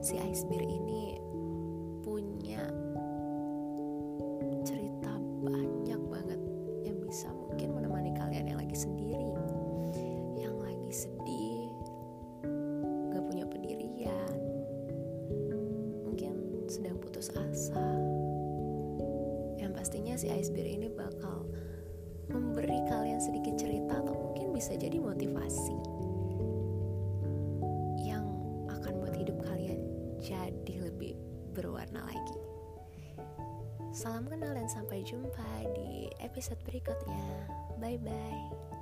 si Ice Bear ini punya cerita banyak banget yang bisa mungkin menemani kalian yang lagi sendiri, yang lagi sedih, gak punya pendirian, mungkin sedang putus asa. Yang pastinya si Ice Bear ini bakal memberi kalian sedikit cerita atau mungkin bisa jadi motivasi yang akan buat hidup kalian jadi lebih berwarna lagi. Salam kenal dan sampai jumpa di episode berikutnya. Bye bye.